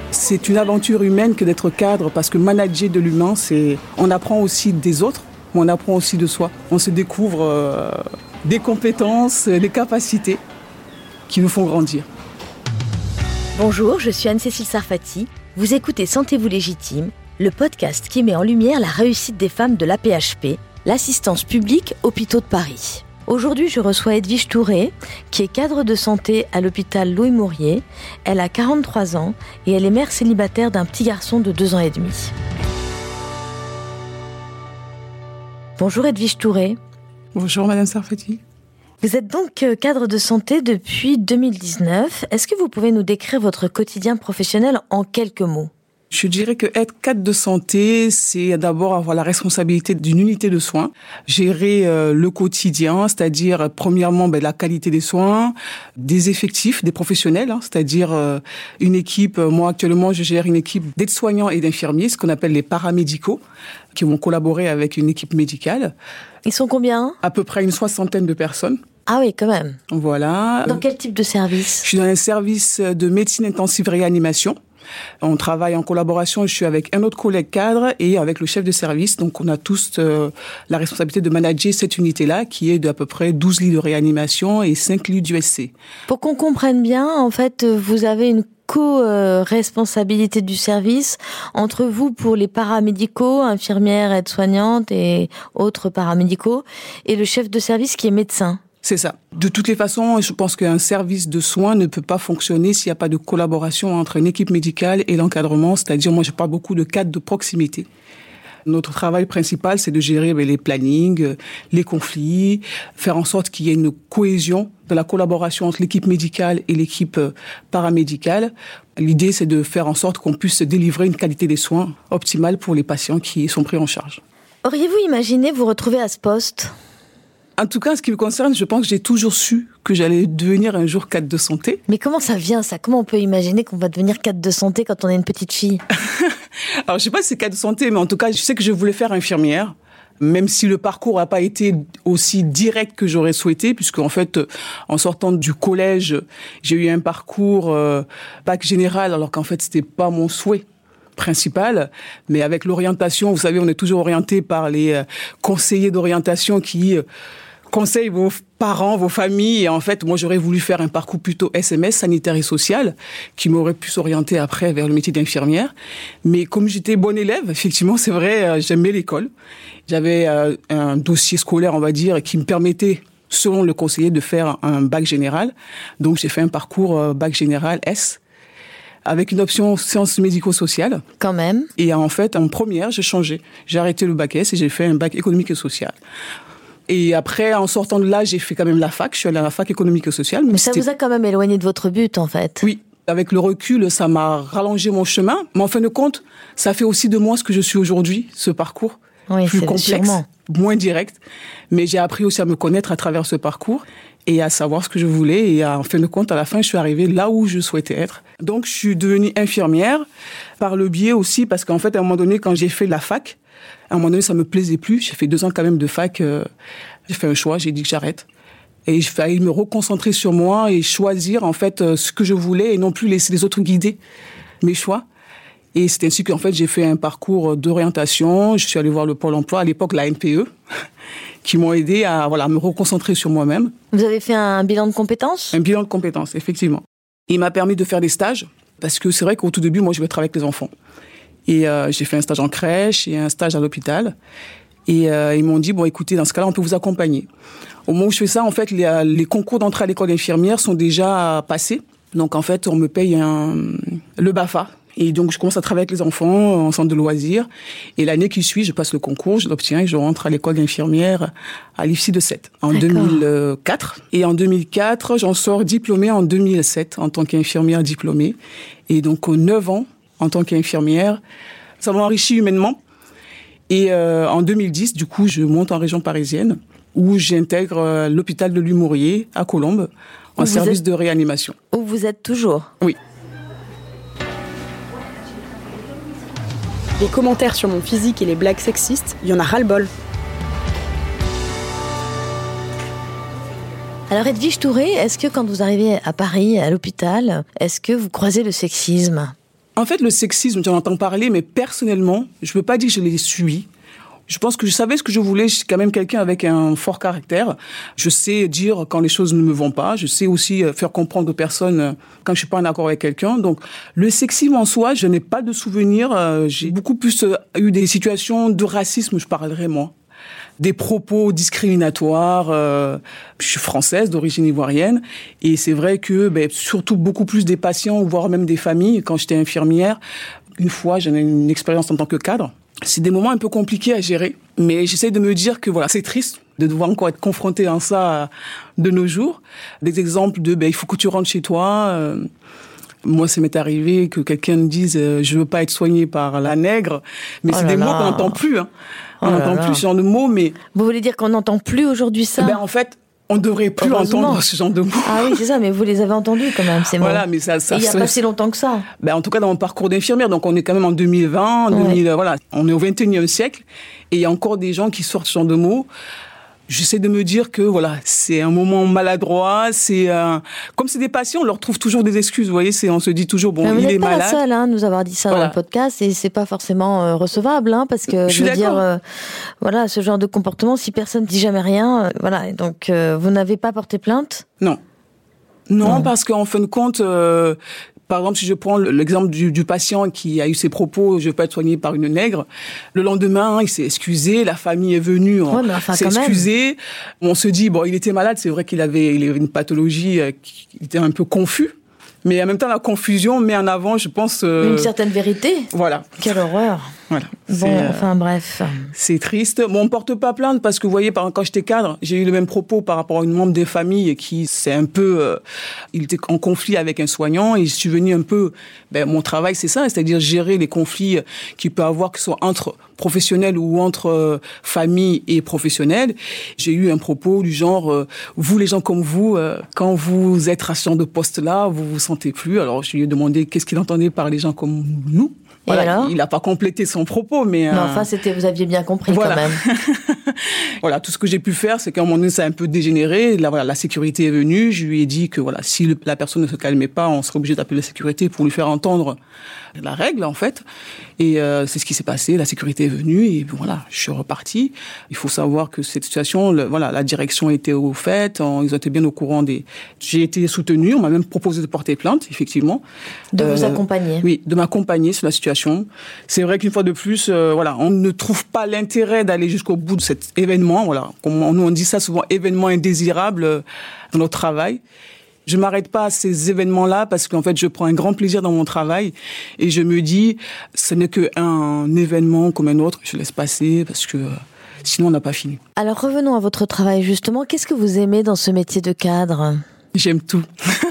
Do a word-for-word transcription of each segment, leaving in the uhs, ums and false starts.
C'est une aventure humaine que d'être cadre, parce que manager de l'humain, c'est on apprend aussi des autres, mais on apprend aussi de soi. On se découvre euh, des compétences, des capacités qui nous font grandir. Bonjour, je suis Anne-Cécile Sarfati. Vous écoutez Sentez-vous légitime, le podcast qui met en lumière la réussite des femmes de l'A P H P, l'assistance publique Hôpitaux de Paris. Aujourd'hui, je reçois Edwige Touré, qui est cadre de santé à l'hôpital Louis Mourier. Elle a quarante-trois ans et elle est mère célibataire d'un petit garçon de deux ans et demi. Bonjour Edwige Touré. Bonjour Madame Sarfati. Vous êtes donc cadre de santé depuis deux mille dix-neuf. Est-ce que vous pouvez nous décrire votre quotidien professionnel en quelques mots ? Je dirais que être cadre de santé, c'est d'abord avoir la responsabilité d'une unité de soins, gérer euh, le quotidien, c'est-à-dire premièrement ben, la qualité des soins, des effectifs, des professionnels, hein, c'est-à-dire euh, une équipe. Moi actuellement, je gère une équipe d'aides-soignants et d'infirmiers, ce qu'on appelle les paramédicaux, qui vont collaborer avec une équipe médicale. Ils sont combien ? À peu près une soixantaine de personnes. Ah oui, quand même. Voilà. Dans quel type de service ? Je suis dans un service de médecine intensive réanimation. On travaille en collaboration, je suis avec un autre collègue cadre et avec le chef de service. Donc, on a tous euh, la responsabilité de manager cette unité-là qui est d'à peu près douze lits de réanimation et cinq lits d'U S C. Pour qu'on comprenne bien, en fait, vous avez une co-responsabilité du service entre vous pour les paramédicaux, infirmières, aides-soignantes et autres paramédicaux, et le chef de service qui est médecin. C'est ça. De toutes les façons, je pense qu'un service de soins ne peut pas fonctionner s'il n'y a pas de collaboration entre une équipe médicale et l'encadrement. C'est-à-dire, moi, je parle beaucoup de cadre de proximité. Notre travail principal, c'est de gérer les plannings, les conflits, faire en sorte qu'il y ait une cohésion de la collaboration entre l'équipe médicale et l'équipe paramédicale. L'idée, c'est de faire en sorte qu'on puisse délivrer une qualité des soins optimale pour les patients qui sont pris en charge. Auriez-vous imaginé vous retrouver à ce poste ? En tout cas, en ce qui me concerne, je pense que j'ai toujours su que j'allais devenir un jour cadre de santé. Mais comment ça vient, ça ? Comment on peut imaginer qu'on va devenir cadre de santé quand on est une petite fille ? Alors, je sais pas si c'est cadre de santé, mais en tout cas, je sais que je voulais faire infirmière, même si le parcours n'a pas été aussi direct que j'aurais souhaité, puisque en fait, en sortant du collège, j'ai eu un parcours euh, bac général, alors qu'en fait, c'était pas mon souhait principal, mais avec l'orientation, vous savez, on est toujours orienté par les euh, conseillers d'orientation qui euh, conseillent vos parents, vos familles. Et en fait, moi, j'aurais voulu faire un parcours plutôt S M S, sanitaire et social, qui m'aurait pu s'orienter après vers le métier d'infirmière. Mais comme j'étais bonne élève, effectivement, c'est vrai, euh, j'aimais l'école. J'avais euh, un dossier scolaire, on va dire, qui me permettait, selon le conseiller, de faire un bac général. Donc, j'ai fait un parcours euh, bac général S, avec une option sciences médico-sociales. Quand même. Et en fait, en première, j'ai changé. J'ai arrêté le bac S et j'ai fait un bac économique et social. Et après, en sortant de là, j'ai fait quand même la fac. Je suis allée à la fac économique et sociale. Mais ça vous a quand même éloigné de votre but, en fait. Oui. Avec le recul, ça m'a rallongé mon chemin. Mais en fin de compte, ça fait aussi de moi ce que je suis aujourd'hui, ce parcours. Oui, plus c'est complexe, sûrement. moins direct. Mais j'ai appris aussi à me connaître à travers ce parcours et à savoir ce que je voulais. Et en fin de compte, à la fin, je suis arrivée là où je souhaitais être. Donc, je suis devenue infirmière par le biais aussi, parce qu'en fait, à un moment donné, quand j'ai fait la fac, à un moment donné, ça me plaisait plus. J'ai fait deux ans quand même de fac. Euh, j'ai fait un choix, j'ai dit que j'arrête. Et il fallait me reconcentrer sur moi et choisir, en fait, euh, ce que je voulais et non plus laisser les autres guider mes choix. Et c'est ainsi qu'en fait, j'ai fait un parcours d'orientation. Je suis allée voir le Pôle emploi, à l'époque la N P E, qui m'ont aidé à voilà, me reconcentrer sur moi-même. Vous avez fait un bilan de compétences ? Un bilan de compétences, effectivement. Il m'a permis de faire des stages, parce que c'est vrai qu'au tout début, moi, je voulais travailler avec les enfants. Et euh, j'ai fait un stage en crèche et un stage à l'hôpital. Et euh, ils m'ont dit, bon, écoutez, dans ce cas-là, on peut vous accompagner. Au moment où je fais ça, en fait, les, les concours d'entrée à l'école d'infirmière sont déjà passés. Donc, en fait, on me paye un, le B A F A. Et donc, je commence à travailler avec les enfants en centre de loisirs. Et l'année qui suit, je passe le concours, je l'obtiens et je rentre à l'école d'infirmière à l'I F S I de Sète en D'accord. deux mille quatre. Et en deux mille quatre, j'en sors diplômée en deux mille sept en tant qu'infirmière diplômée. Et donc, neuf ans en tant qu'infirmière. Ça m'a enrichi humainement. Et euh, en deux mille dix, du coup, je monte en région parisienne où j'intègre euh, l'hôpital de Louis Mourier à Colombes en service êtes... de réanimation. Où vous êtes toujours ? Oui. Les commentaires sur mon physique et les blagues sexistes, il y en a ras-le-bol. Alors Edwige Touré, est-ce que quand vous arrivez à Paris, à l'hôpital, est-ce que vous croisez le sexisme ? En fait, le sexisme, j'en entends parler, mais personnellement, je ne peux pas dire que je l'ai subi. Je pense que je savais ce que je voulais. Je suis quand même quelqu'un avec un fort caractère. Je sais dire quand les choses ne me vont pas. Je sais aussi faire comprendre aux personnes quand je suis pas en accord avec quelqu'un. Donc, le sexisme en soi, je n'ai pas de souvenirs. J'ai beaucoup plus eu des situations de racisme, je parlerai moi. Des propos discriminatoires. Euh, je suis française, d'origine ivoirienne. Et c'est vrai que, ben, surtout beaucoup plus des patients, voire même des familles, quand j'étais infirmière, une fois, j'en ai une expérience en tant que cadre. C'est des moments un peu compliqués à gérer, mais j'essaie de me dire que voilà, c'est triste de devoir encore être confronté à ça de nos jours. Des exemples de, ben, il faut que tu rentres chez toi. Euh, moi, ça m'est arrivé que quelqu'un me dise, euh, je veux pas être soigné par la nègre, mais oh c'est des là mots qu'on n'entend plus. Hein. On n'entend oh plus ce genre de mots, mais... Vous voulez dire qu'on n'entend plus aujourd'hui ça? Ben, en fait, on ne devrait plus entendre ce genre de mots. Ah oui, c'est ça, mais vous les avez entendus quand même, ces mots. Voilà, mais ça, ça, il n'y a ça, pas si longtemps que ça. Ben, en tout cas, dans mon parcours d'infirmière, donc on est quand même en deux mille vingt, ouais. deux mille, voilà, on est au vingt et unième siècle, et il y a encore des gens qui sortent ce genre de mots. J'essaie de me dire que voilà, c'est un moment maladroit, c'est euh, comme c'est des patients, on leur trouve toujours des excuses. Vous voyez, c'est on se dit toujours bon, mais il est malade. Vous n'êtes pas la seule, hein, nous avoir dit ça voilà. dans le podcast, et c'est pas forcément euh, recevable, hein, parce que je, je veux dire, euh, voilà, ce genre de comportement, si personne dit jamais rien, euh, voilà, et donc euh, vous n'avez pas porté plainte? Non, non, non. Parce qu'en fin de compte. Euh, Par exemple, si je prends l'exemple du, du patient qui a eu ses propos, je vais pas être soigné par une nègre. Le lendemain, hein, il s'est excusé, la famille est venue, on ouais, enfin, s'est excusé. On se dit, bon, il était malade, c'est vrai qu'il avait, il avait une pathologie, euh, il était un peu confus. Mais en même temps, la confusion met en avant, je pense... Euh... Une certaine vérité. Voilà. Quelle horreur. Voilà. Bon, euh, enfin bref. C'est triste. Bon, on ne porte pas plainte parce que, vous voyez, quand j'étais cadre, j'ai eu le même propos par rapport à une membre des familles qui, c'est un peu... Euh, il était en conflit avec un soignant et je suis venu un peu... Ben, mon travail, c'est ça, c'est-à-dire gérer les conflits qu'il peut y avoir, que ce soit entre professionnels ou entre euh, familles et professionnels. J'ai eu un propos du genre, euh, vous, les gens comme vous, euh, quand vous êtes à ce genre de poste-là, vous vous sentez plus. Alors, je lui ai demandé qu'est-ce qu'il entendait par les gens comme nous. Voilà, et alors il n'a pas complété son propos, mais... Non, euh... enfin, c'était, vous aviez bien compris voilà. quand même. Voilà, tout ce que j'ai pu faire, c'est qu'à un moment donné, ça a un peu dégénéré. Là, voilà, la sécurité est venue. Je lui ai dit que voilà, si le, la personne ne se calmait pas, on serait obligé d'appeler la sécurité pour lui faire entendre la règle, en fait. Et euh, c'est ce qui s'est passé. La sécurité est venue et voilà, je suis reparti. Il faut savoir que cette situation, le, voilà, la direction était au fait. On, ils étaient bien au courant des... J'ai été soutenue. On m'a même proposé de porter plainte, effectivement. De euh, vous accompagner. Oui, de m'accompagner sur la situation. C'est vrai qu'une fois de plus, euh, voilà, on ne trouve pas l'intérêt d'aller jusqu'au bout de cet événement. Voilà, comme on, nous on dit ça souvent, événement indésirable euh, dans notre travail. Je m'arrête pas à ces événements-là parce qu'en fait, je prends un grand plaisir dans mon travail et je me dis, ce n'est qu'un événement comme un autre. Je laisse passer parce que euh, sinon, on n'a pas fini. Alors, revenons à votre travail, justement. Qu'est-ce que vous aimez dans ce métier de cadre ? J'aime tout.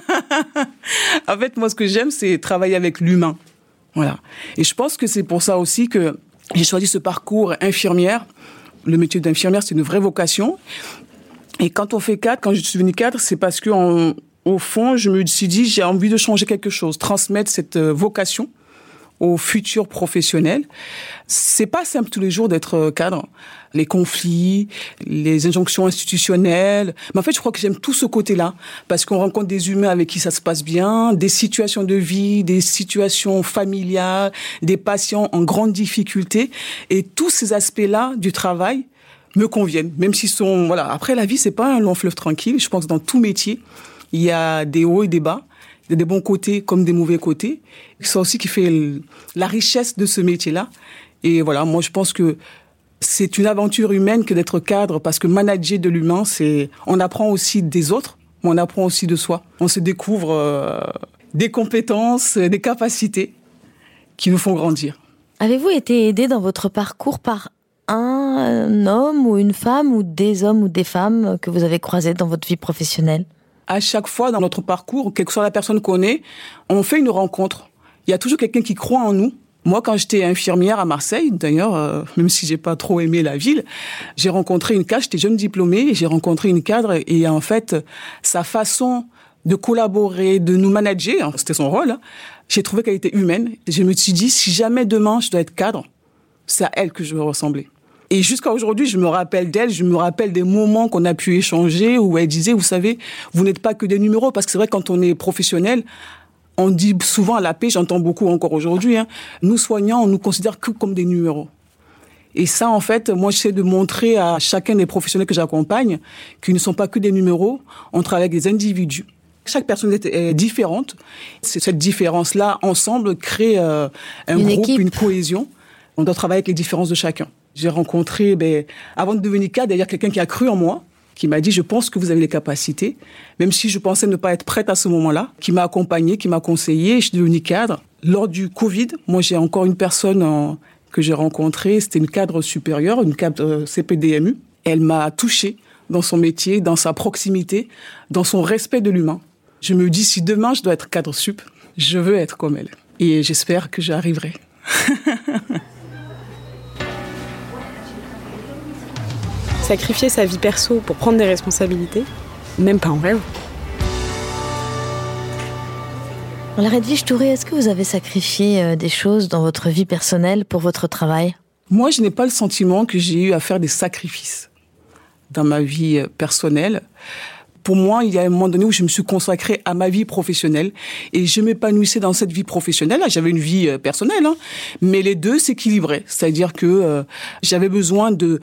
En fait, moi, ce que j'aime, c'est travailler avec l'humain. Voilà. Et je pense que c'est pour ça aussi que j'ai choisi ce parcours infirmière. Le métier d'infirmière, c'est une vraie vocation. Et quand on fait cadre, quand je suis devenue cadre, c'est parce que, en, au fond, je me suis dit, j'ai envie de changer quelque chose, transmettre cette vocation aux futurs professionnels. C'est pas simple tous les jours d'être cadre. Les conflits, les injonctions institutionnelles. Mais en fait, je crois que j'aime tout ce côté-là. Parce qu'on rencontre des humains avec qui ça se passe bien, des situations de vie, des situations familiales, des patients en grande difficulté. Et tous ces aspects-là du travail me conviennent. Même s'ils sont, voilà. Après, la vie, c'est pas un long fleuve tranquille. Je pense que dans tout métier, il y a des hauts et des bas. Il y a des bons côtés comme des mauvais côtés. C'est ça aussi qui fait la richesse de ce métier-là. Et voilà, moi, je pense que c'est une aventure humaine que d'être cadre, parce que manager de l'humain, c'est, on apprend aussi des autres, mais on apprend aussi de soi. On se découvre euh, des compétences, des capacités qui nous font grandir. Avez-vous été aidé dans votre parcours par un homme ou une femme, ou des hommes ou des femmes que vous avez croisés dans votre vie professionnelle ? À chaque fois, dans notre parcours, quelle que soit la personne qu'on est, on fait une rencontre. Il y a toujours quelqu'un qui croit en nous. Moi, quand j'étais infirmière à Marseille, d'ailleurs, euh, même si j'ai pas trop aimé la ville, j'ai rencontré une cadre, j'étais jeune diplômée, et j'ai rencontré une cadre, et en fait, sa façon de collaborer, de nous manager, c'était son rôle, hein, j'ai trouvé qu'elle était humaine. Je me suis dit, si jamais demain je dois être cadre, c'est à elle que je veux ressembler. Et jusqu'à aujourd'hui, je me rappelle d'elle, je me rappelle des moments qu'on a pu échanger où elle disait, vous savez, vous n'êtes pas que des numéros, parce que c'est vrai, quand on est professionnel, On dit souvent à l'A P, j'entends beaucoup encore aujourd'hui, hein, nous soignants, on nous considère que comme des numéros. Et ça, en fait, moi, j'essaie de montrer à chacun des professionnels que j'accompagne qu'ils ne sont pas que des numéros, on travaille avec des individus. Chaque personne est différente. C'est cette différence-là, ensemble, crée euh, un une groupe, équipe. Une cohésion. On doit travailler avec les différences de chacun. J'ai rencontré, ben, avant de devenir cadre, d'ailleurs, quelqu'un qui a cru en moi, qui m'a dit, je pense que vous avez les capacités, même si je pensais ne pas être prête à ce moment-là, qui m'a accompagnée, qui m'a conseillée, je suis devenue cadre. Lors du Covid, moi, j'ai encore une personne en, que j'ai rencontrée, c'était une cadre supérieure, une cadre C P D M U. Elle m'a touchée dans son métier, dans sa proximité, dans son respect de l'humain. Je me dis, si demain je dois être cadre sup, je veux être comme elle. Et j'espère que j'y arriverai. Sacrifier sa vie perso pour prendre des responsabilités, même pas en rêve. Alors Edwige Touré, est-ce que vous avez sacrifié des choses dans votre vie personnelle pour votre travail ? Moi, je n'ai pas le sentiment que j'ai eu à faire des sacrifices dans ma vie personnelle. Pour moi, il y a un moment donné où je me suis consacrée à ma vie professionnelle et je m'épanouissais dans cette vie professionnelle. J'avais une vie personnelle, hein, mais les deux s'équilibraient. C'est-à-dire que euh, j'avais besoin de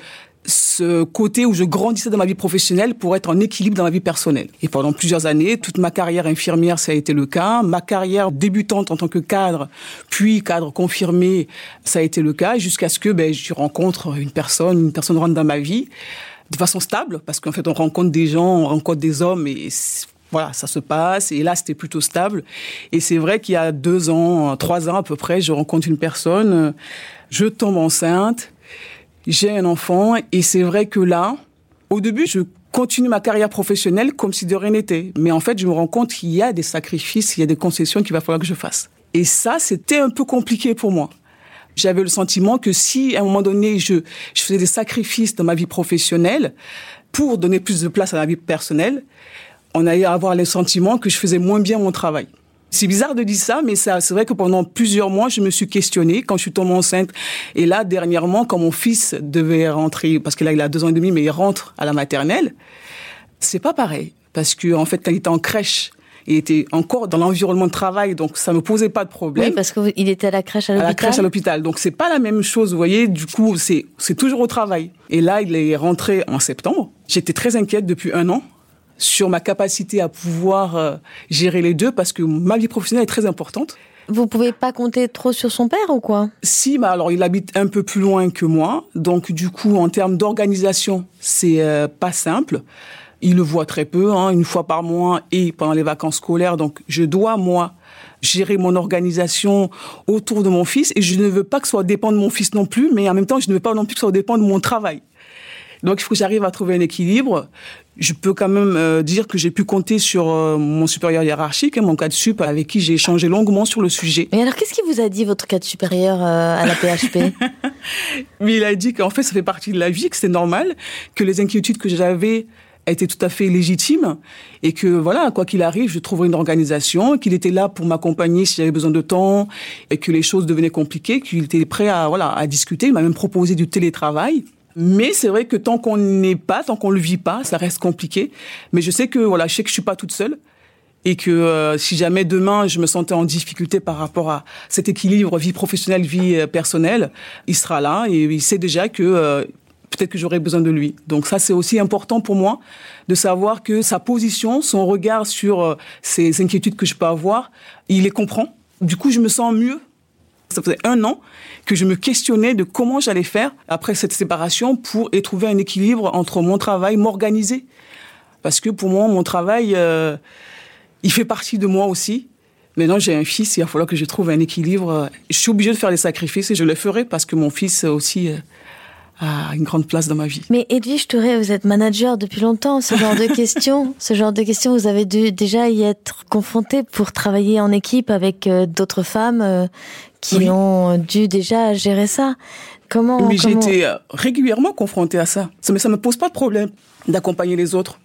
ce côté où je grandissais dans ma vie professionnelle pour être en équilibre dans ma vie personnelle. Et pendant plusieurs années, toute ma carrière infirmière, ça a été le cas. Ma carrière débutante en tant que cadre, puis cadre confirmé, ça a été le cas, jusqu'à ce que ben, je rencontre une personne, une personne rentre dans ma vie de façon stable, parce qu'en fait, on rencontre des gens, on rencontre des hommes, et voilà, ça se passe. Et là, c'était plutôt stable. Et c'est vrai qu'il y a deux ans, trois ans à peu près, je rencontre une personne, je tombe enceinte, j'ai un enfant, et c'est vrai que là, au début, je continue ma carrière professionnelle comme si de rien n'était. Mais en fait, je me rends compte qu'il y a des sacrifices, il y a des concessions qu'il va falloir que je fasse. Et ça, c'était un peu compliqué pour moi. J'avais le sentiment que si, à un moment donné, je, je faisais des sacrifices dans ma vie professionnelle pour donner plus de place à ma vie personnelle, on allait avoir le sentiment que je faisais moins bien mon travail. C'est bizarre de dire ça, mais ça, c'est vrai que pendant plusieurs mois, je me suis questionnée quand je suis tombée enceinte. Et là, dernièrement, quand mon fils devait rentrer, parce que là, il a deux ans et demi, mais il rentre à la maternelle, c'est pas pareil. Parce que, en fait, quand il était en crèche, il était encore dans l'environnement de travail, donc ça me posait pas de problème. Oui, parce qu'il était à la crèche à l'hôpital. À la crèche à l'hôpital, donc c'est pas la même chose, vous voyez. Du coup, c'est c'est toujours au travail. Et là, il est rentré en septembre. J'étais très inquiète depuis un an sur ma capacité à pouvoir euh, gérer les deux, parce que ma vie professionnelle est très importante. Vous pouvez pas compter trop sur son père ou quoi ? Si, bah alors il habite un peu plus loin que moi, donc du coup, en termes d'organisation, c'est euh, pas simple. Il le voit très peu, hein, une fois par mois et pendant les vacances scolaires. Donc, je dois, moi, gérer mon organisation autour de mon fils. Et je ne veux pas que ça soit dépend de mon fils non plus, mais en même temps, je ne veux pas non plus que ça dépend de mon travail. Donc, il faut que j'arrive à trouver un équilibre. Je peux quand même euh, dire que j'ai pu compter sur euh, mon supérieur hiérarchique, hein, mon cadre sup, avec qui j'ai échangé longuement sur le sujet. Et alors, qu'est-ce qu'il vous a dit, votre cadre supérieur euh, à la P H P ? Mais il a dit qu'en fait, ça fait partie de la vie, que c'est normal, que les inquiétudes que j'avais était tout à fait légitime et que voilà, quoi qu'il arrive, je trouverais une organisation, qu'il était là pour m'accompagner si j'avais besoin de temps et que les choses devenaient compliquées, qu'il était prêt à voilà à discuter. Il m'a même proposé du télétravail. Mais c'est vrai que tant qu'on n'est pas, tant qu'on le vit pas, ça reste compliqué. Mais je sais que voilà, je sais que je suis pas toute seule et que euh, si jamais demain je me sentais en difficulté par rapport à cet équilibre vie professionnelle, vie euh, personnelle, il sera là et il sait déjà que euh, peut-être que j'aurais besoin de lui. Donc ça, c'est aussi important pour moi de savoir que sa position, son regard sur euh, ces inquiétudes que je peux avoir, il les comprend. Du coup, je me sens mieux. Ça faisait un an que je me questionnais de comment j'allais faire après cette séparation pour y trouver un équilibre entre mon travail, m'organiser. Parce que pour moi, mon travail, euh, il fait partie de moi aussi. Maintenant, j'ai un fils, il va falloir que je trouve un équilibre. Je suis obligée de faire des sacrifices et je le ferai parce que mon fils aussi euh, a une grande place dans ma vie. Mais Edwige Touré, vous êtes manager depuis longtemps. Ce genre de questions, ce genre de questions, vous avez dû déjà y être confronté pour travailler en équipe avec euh, d'autres femmes euh, qui oui. ont dû déjà gérer ça. Comment Mais comment... j'ai été régulièrement confrontée à ça. ça. Mais ça me pose pas de problème d'accompagner les autres.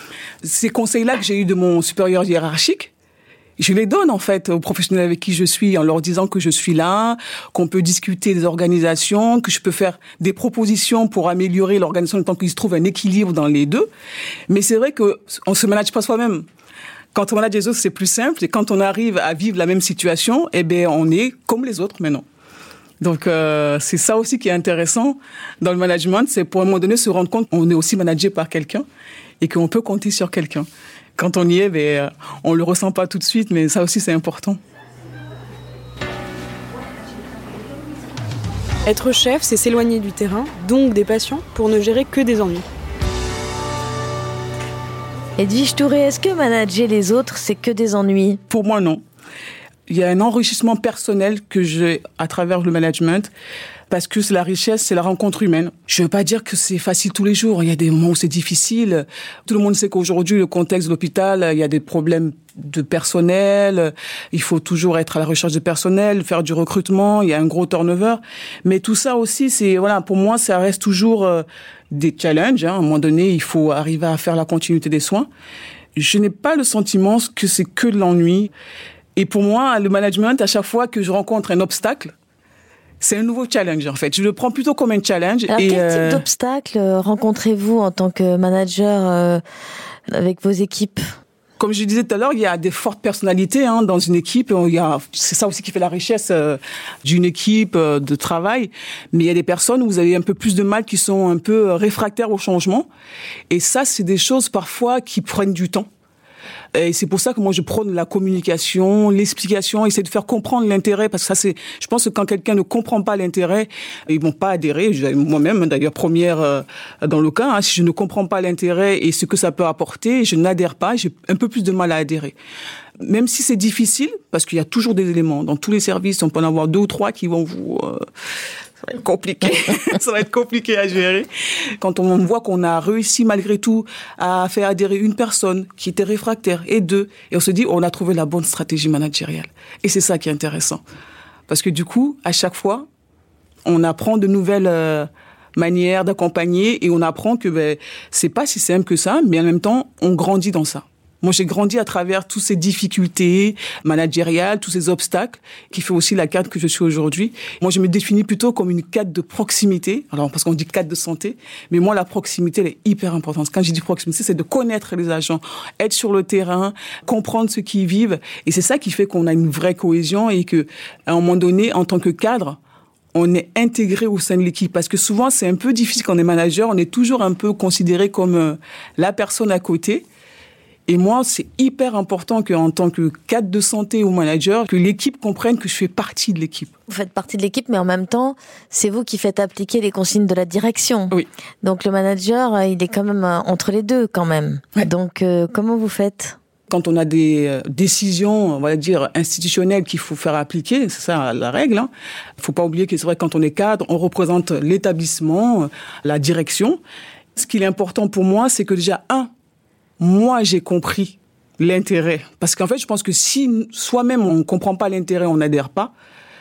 Ces conseils-là que j'ai eus de mon supérieur hiérarchique, je les donne en fait aux professionnels avec qui je suis en leur disant que je suis là, qu'on peut discuter des organisations, que je peux faire des propositions pour améliorer l'organisation tant qu'il se trouve un équilibre dans les deux. Mais c'est vrai qu'on se manage pas soi-même. Quand on manage les autres, c'est plus simple. Et quand on arrive à vivre la même situation, eh bien, on est comme les autres maintenant. Donc, euh, c'est ça aussi qui est intéressant dans le management. C'est pour, à un moment donné, se rendre compte qu'on est aussi managé par quelqu'un et qu'on peut compter sur quelqu'un. Quand on y est, ben, on ne le ressent pas tout de suite, mais ça aussi, c'est important. Être chef, c'est s'éloigner du terrain, donc des patients, pour ne gérer que des ennuis. Edwige Touré, est-ce que manager les autres, c'est que des ennuis ? Pour moi, non. Il y a un enrichissement personnel que j'ai à travers le management, parce que c'est la richesse, c'est la rencontre humaine. Je ne veux pas dire que c'est facile tous les jours. Il y a des moments où c'est difficile. Tout le monde sait qu'aujourd'hui, le contexte de l'hôpital, il y a des problèmes de personnel. Il faut toujours être à la recherche de personnel, faire du recrutement. Il y a un gros turnover. Mais tout ça aussi, c'est, voilà, pour moi, ça reste toujours euh, des challenges. Hein. À un moment donné, il faut arriver à faire la continuité des soins. Je n'ai pas le sentiment que c'est que de l'ennui. Et pour moi, le management, à chaque fois que je rencontre un obstacle, c'est un nouveau challenge, en fait. Je le prends plutôt comme un challenge. Alors, et quel euh... type d'obstacle rencontrez-vous en tant que manager euh, avec vos équipes ? Comme je disais tout à l'heure, il y a des fortes personnalités hein, dans une équipe. Il y a, c'est ça aussi qui fait la richesse euh, d'une équipe euh, de travail. Mais il y a des personnes où vous avez un peu plus de mal, qui sont un peu réfractaires au changement. Et ça, c'est des choses parfois qui prennent du temps. Et c'est pour ça que moi je prône la communication, l'explication, essayer de faire comprendre l'intérêt, parce que ça c'est, je pense que quand quelqu'un ne comprend pas l'intérêt, ils vont pas adhérer. Moi-même, d'ailleurs, première euh, dans le cas, hein, si je ne comprends pas l'intérêt et ce que ça peut apporter, je n'adhère pas. J'ai un peu plus de mal à adhérer. Même si c'est difficile, parce qu'il y a toujours des éléments dans tous les services, on peut en avoir deux ou trois qui vont vous euh, ça va être compliqué. Ça va être compliqué à gérer. Quand on voit qu'on a réussi malgré tout à faire adhérer une personne qui était réfractaire et deux, et on se dit on a trouvé la bonne stratégie managériale. Et c'est ça qui est intéressant. Parce que du coup, à chaque fois, on apprend de nouvelles euh, manières d'accompagner et on apprend que ben, c'est pas si simple que ça, mais en même temps, on grandit dans ça. Moi, j'ai grandi à travers toutes ces difficultés managériales, tous ces obstacles, qui fait aussi la cadre que je suis aujourd'hui. Moi, je me définis plutôt comme une cadre de proximité. Alors, parce qu'on dit cadre de santé, mais moi, la proximité, elle est hyper importante. Quand je dis proximité, c'est de connaître les agents, être sur le terrain, comprendre ce qu'ils vivent. Et c'est ça qui fait qu'on a une vraie cohésion et que, à un moment donné, en tant que cadre, on est intégré au sein de l'équipe. Parce que souvent, c'est un peu difficile quand on est manager. On est toujours un peu considéré comme euh, la personne à côté. Et moi, c'est hyper important qu'en tant que cadre de santé ou manager, que l'équipe comprenne que je fais partie de l'équipe. Vous faites partie de l'équipe, mais en même temps, c'est vous qui faites appliquer les consignes de la direction. Oui. Donc le manager, il est quand même entre les deux, quand même. Ouais. Donc euh, comment vous faites ? Quand on a des euh, décisions, on va dire, institutionnelles qu'il faut faire appliquer, c'est ça la règle. Hein. Il faut pas oublier que c'est vrai que quand on est cadre, on représente l'établissement, la direction. Ce qui est important pour moi, c'est que déjà, un, moi, j'ai compris l'intérêt. Parce qu'en fait, je pense que si soi-même, on ne comprend pas l'intérêt, on n'adhère pas,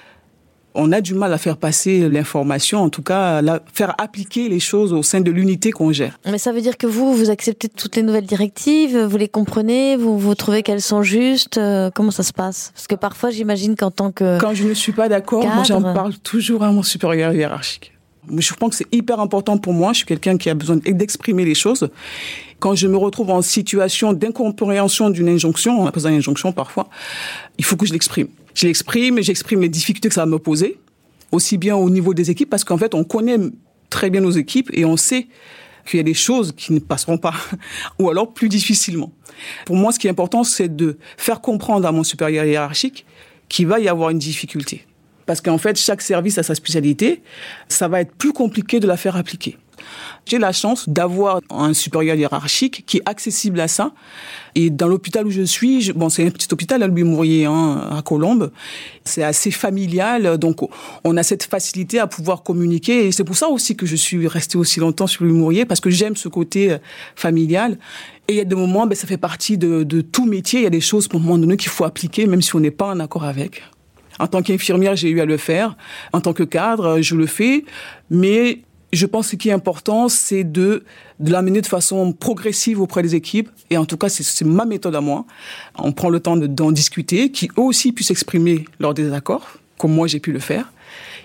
on a du mal à faire passer l'information, en tout cas, à la, faire appliquer les choses au sein de l'unité qu'on gère. Mais ça veut dire que vous, vous acceptez toutes les nouvelles directives, vous les comprenez, vous, vous trouvez qu'elles sont justes, euh, comment ça se passe ? Parce que parfois, j'imagine qu'en tant que Quand je ne suis pas d'accord, cadre... moi, j'en parle toujours à mon supérieur hiérarchique. Je pense que c'est hyper important pour moi. Je suis quelqu'un qui a besoin d'exprimer les choses. Quand je me retrouve en situation d'incompréhension d'une injonction, on appelle ça une injonction parfois, il faut que je l'exprime. Je l'exprime et j'exprime les difficultés que ça va me poser, aussi bien au niveau des équipes, parce qu'en fait, on connaît très bien nos équipes et on sait qu'il y a des choses qui ne passeront pas, ou alors plus difficilement. Pour moi, ce qui est important, c'est de faire comprendre à mon supérieur hiérarchique qu'il va y avoir une difficulté. Parce qu'en fait, chaque service a sa spécialité, ça va être plus compliqué de la faire appliquer. J'ai la chance d'avoir un supérieur hiérarchique qui est accessible à ça. Et dans l'hôpital où je suis, je, bon, c'est un petit hôpital à Louis-Mourier, hein, à Colombes. C'est assez familial, donc on a cette facilité à pouvoir communiquer. Et c'est pour ça aussi que je suis restée aussi longtemps sur Louis-Mourier, parce que j'aime ce côté familial. Et il y a des moments, ben, ça fait partie de, de tout métier. Il y a des choses, pour un moment donné, qu'il faut appliquer, même si on n'est pas en accord avec. En tant qu'infirmière, j'ai eu à le faire. En tant que cadre, je le fais. Mais je pense que ce qui est important, c'est de, de l'amener de façon progressive auprès des équipes. Et en tout cas, c'est, c'est ma méthode à moi. On prend le temps de, d'en discuter, qui eux aussi puissent exprimer leurs désaccords, comme moi j'ai pu le faire.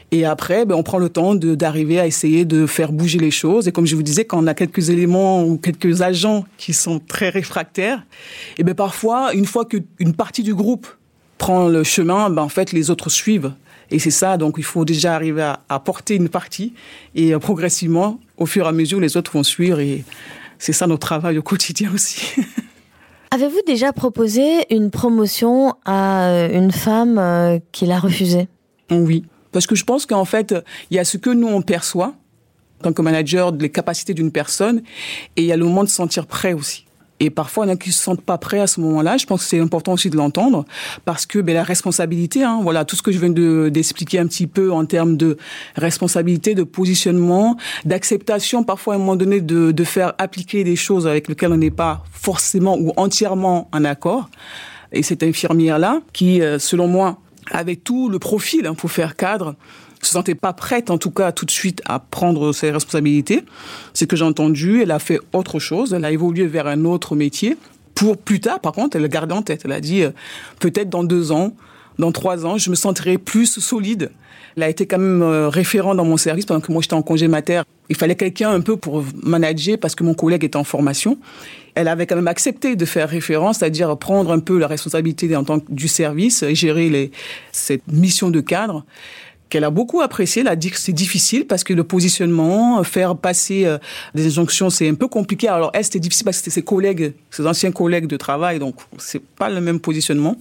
Et après, ben, on prend le temps de, d'arriver à essayer de faire bouger les choses. Et comme je vous disais, quand on a quelques éléments ou quelques agents qui sont très réfractaires, et ben, parfois, une fois qu'une partie du groupe prend le chemin, ben, en fait, les autres suivent. Et c'est ça, donc il faut déjà arriver à, à porter une partie. Et euh, progressivement, au fur et à mesure, les autres vont suivre. Et c'est ça notre travail au quotidien aussi. Avez-vous déjà proposé une promotion à une femme qui l'a refusée ? Oui. Parce que je pense qu'en fait, il y a ce que nous, on perçoit, en tant que manager, les capacités d'une personne, et il y a le moment de se sentir prêt aussi. Et parfois, il y en a qui ne se sentent pas prêts à ce moment-là. Je pense que c'est important aussi de l'entendre, parce que ben, la responsabilité, hein, voilà, tout ce que je viens de, d'expliquer un petit peu en termes de responsabilité, de positionnement, d'acceptation, parfois à un moment donné, de, de faire appliquer des choses avec lesquelles on n'est pas forcément ou entièrement en accord. Et cette infirmière-là, qui, selon moi, avait tout le profil hein, pour faire cadre, se sentait pas prête, en tout cas, tout de suite à prendre ses responsabilités. C'est que j'ai entendu, elle a fait autre chose, elle a évolué vers un autre métier. Pour plus tard, par contre, elle le gardait en tête. Elle a dit, euh, peut-être dans deux ans, dans trois ans, je me sentirai plus solide. Elle a été quand même euh, référent dans mon service pendant que moi, j'étais en congé mater. Il fallait quelqu'un un peu pour manager parce que mon collègue était en formation. Elle avait quand même accepté de faire référence, c'est-à-dire prendre un peu la responsabilité en tant que du service, gérer les, cette mission de cadre, qu'elle a beaucoup appréciée. Elle a dit que c'est difficile parce que le positionnement, faire passer euh, des injonctions, c'est un peu compliqué. Alors elle, c'était difficile parce que c'était ses collègues, ses anciens collègues de travail, donc c'est pas le même positionnement.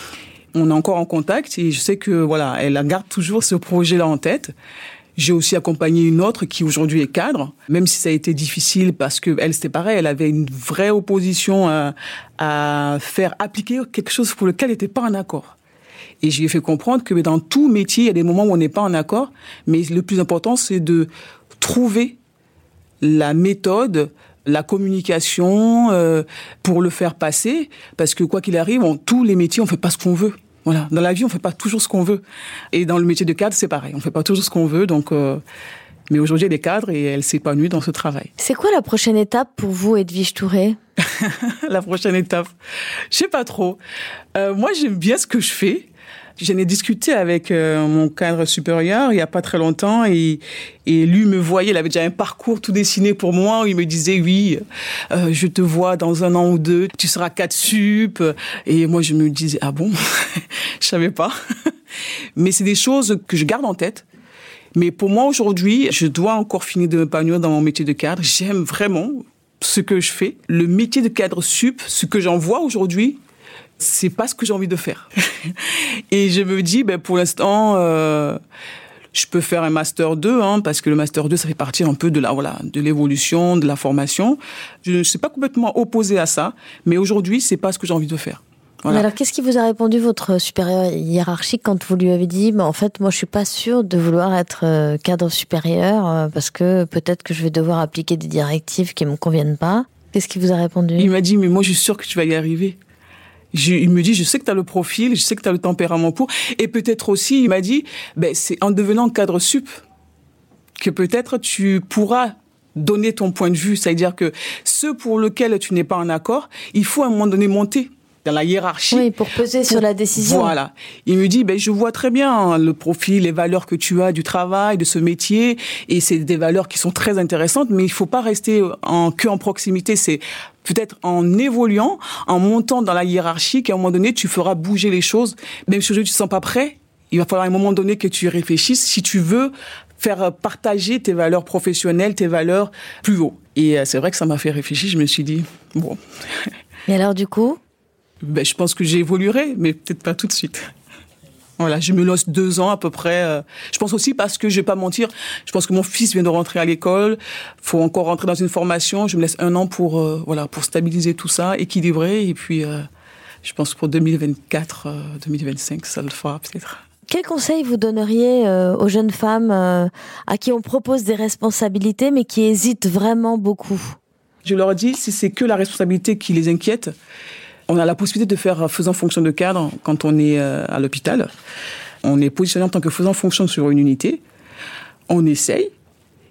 On est encore en contact et je sais que voilà, elle garde toujours ce projet-là en tête. J'ai aussi accompagné une autre qui aujourd'hui est cadre, même si ça a été difficile parce que elle c'était pareil, elle avait une vraie opposition à, à faire appliquer quelque chose pour lequel elle n'était pas en accord. Et je lui ai fait comprendre que dans tout métier, il y a des moments où on n'est pas en accord, mais le plus important, c'est de trouver la méthode, la communication euh, pour le faire passer, parce que quoi qu'il arrive, en tous les métiers, on fait pas ce qu'on veut. Voilà, dans la vie, on fait pas toujours ce qu'on veut. Et dans le métier de cadre, c'est pareil, on fait pas toujours ce qu'on veut. Donc, euh, mais aujourd'hui, elle est cadre et elle s'épanouit dans ce travail. C'est quoi la prochaine étape pour vous, Edwige Touré ? La prochaine étape, je sais pas trop. Euh, moi, j'aime bien ce que je fais. J'en ai discuté avec euh, mon cadre supérieur il y a pas très longtemps et, et lui me voyait, il avait déjà un parcours tout dessiné pour moi où il me disait oui, euh, je te vois dans un an ou deux, tu seras cadre sup. Et moi je me disais ah bon, je savais pas. Mais c'est des choses que je garde en tête. Mais pour moi aujourd'hui, je dois encore finir de m'épanouir dans mon métier de cadre. J'aime vraiment ce que je fais. Le métier de cadre sup, ce que j'en vois aujourd'hui, c'est pas ce que j'ai envie de faire. Et je me dis, ben, pour l'instant, euh, je peux faire un master deux, hein, parce que le master deux, ça fait partie un peu de la, voilà, de l'évolution, de la formation. Je ne suis pas complètement opposée à ça, mais aujourd'hui, c'est pas ce que j'ai envie de faire. Voilà. Mais alors, qu'est-ce qui vous a répondu votre supérieur hiérarchique quand vous lui avez dit, bah, en fait, moi, je suis pas sûre de vouloir être cadre supérieur parce que peut-être que je vais devoir appliquer des directives qui me conviennent pas. Qu'est-ce qu'il vous a répondu ? Il m'a dit, mais moi, je suis sûre que tu vas y arriver. Je, il me dit, je sais que tu as le profil, je sais que tu as le tempérament pour. Et peut-être aussi, il m'a dit, ben, c'est en devenant cadre sup que peut-être tu pourras donner ton point de vue. C'est-à-dire que ceux pour lesquels tu n'es pas en accord, il faut à un moment donné monter dans la hiérarchie. Oui, pour peser pour, sur la décision. Voilà. Il me dit, ben, je vois très bien hein, le profil, les valeurs que tu as du travail, de ce métier, et c'est des valeurs qui sont très intéressantes, mais il faut pas rester en, que en proximité. C'est peut-être en évoluant, en montant dans la hiérarchie, qu'à un moment donné, tu feras bouger les choses. Même si aujourd'hui tu ne te sens pas prêt, il va falloir à un moment donné que tu y réfléchisses si tu veux faire partager tes valeurs professionnelles, tes valeurs plus haut. Et c'est vrai que ça m'a fait réfléchir. Je me suis dit, bon. Et alors, du coup ? Ben, je pense que j'évoluerai, mais peut-être pas tout de suite. Voilà, je me laisse deux ans à peu près. Je pense aussi parce que je vais pas mentir, je pense que mon fils vient de rentrer à l'école, faut encore rentrer dans une formation. Je me laisse un an pour euh, voilà pour stabiliser tout ça, équilibrer, et puis euh, je pense que pour deux mille vingt-quatre, euh, deux mille vingt-cinq, ça le fera peut-être. Quel conseil vous donneriez euh, aux jeunes femmes euh, à qui on propose des responsabilités mais qui hésitent vraiment beaucoup ? Je leur dis, si c'est que la responsabilité qui les inquiète, on a la possibilité de faire faisant fonction de cadre quand on est à l'hôpital. On est positionné en tant que faisant fonction sur une unité. On essaye.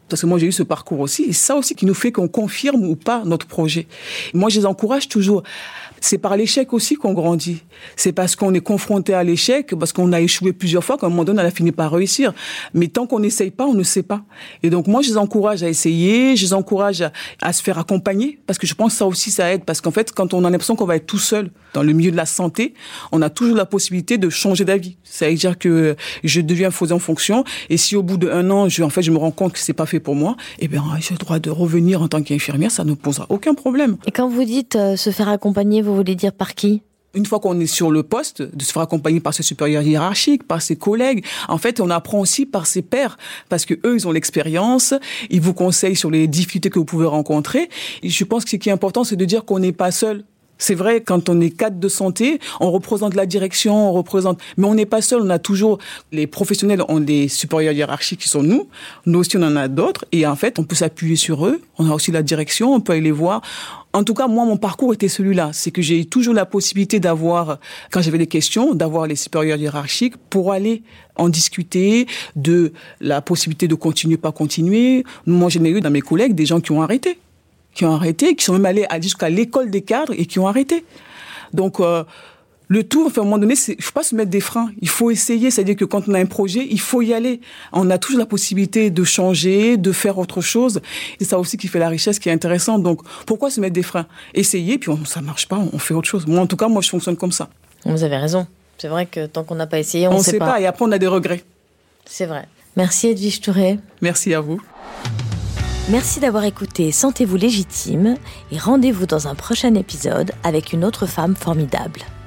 Parce que moi, j'ai eu ce parcours aussi. Et ça aussi qui nous fait qu'on confirme ou pas notre projet. Moi, je les encourage toujours. C'est par l'échec aussi qu'on grandit. C'est parce qu'on est confronté à l'échec, parce qu'on a échoué plusieurs fois qu'à un moment donné, on a fini par réussir. Mais tant qu'on n'essaye pas, on ne sait pas. Et donc, moi, je les encourage à essayer, je les encourage à, à se faire accompagner, parce que je pense que ça aussi, ça aide. Parce qu'en fait, quand on a l'impression qu'on va être tout seul dans le milieu de la santé, on a toujours la possibilité de changer d'avis. Ça veut dire que je deviens faisant fonction, et si au bout d'un an, je, en fait, je me rends compte que c'est pas fait pour moi, eh bien, j'ai le droit de revenir en tant qu'infirmière, ça ne posera aucun problème. Et quand vous dites euh, se faire accompagner, vous voulez dire par qui ? Une fois qu'on est sur le poste, de se faire accompagner par ses supérieurs hiérarchiques, par ses collègues. En fait, on apprend aussi par ses pairs, parce que eux, ils ont l'expérience, ils vous conseillent sur les difficultés que vous pouvez rencontrer. Et je pense que ce qui est important, c'est de dire qu'on n'est pas seul. C'est vrai, quand on est cadre de santé, on représente la direction, on représente, mais on n'est pas seul. On a toujours, les professionnels ont des supérieurs hiérarchiques qui sont nous. Nous aussi, on en a d'autres. Et en fait, on peut s'appuyer sur eux. On a aussi la direction, on peut aller les voir. En tout cas, moi, mon parcours était celui-là. C'est que j'ai eu toujours la possibilité d'avoir, quand j'avais des questions, d'avoir les supérieurs hiérarchiques pour aller en discuter de la possibilité de continuer, pas continuer. Moi, j'en ai eu dans mes collègues des gens qui ont arrêté. qui ont arrêté, qui sont même allés jusqu'à l'école des cadres et qui ont arrêté. Donc, euh, le tout, enfin, à un moment donné, il ne faut pas se mettre des freins. Il faut essayer, c'est-à-dire que quand on a un projet, il faut y aller. On a toujours la possibilité de changer, de faire autre chose. C'est ça aussi qui fait la richesse, qui est intéressant. Donc, pourquoi se mettre des freins ? Essayer, puis on, ça ne marche pas, on fait autre chose. Moi, en tout cas, moi, je fonctionne comme ça. Vous avez raison. C'est vrai que tant qu'on n'a pas essayé, on ne sait pas. On ne sait pas, et après, on a des regrets. C'est vrai. Merci Edwige Touré. Merci à vous. Merci d'avoir écouté Sentez-vous légitime et rendez-vous dans un prochain épisode avec une autre femme formidable.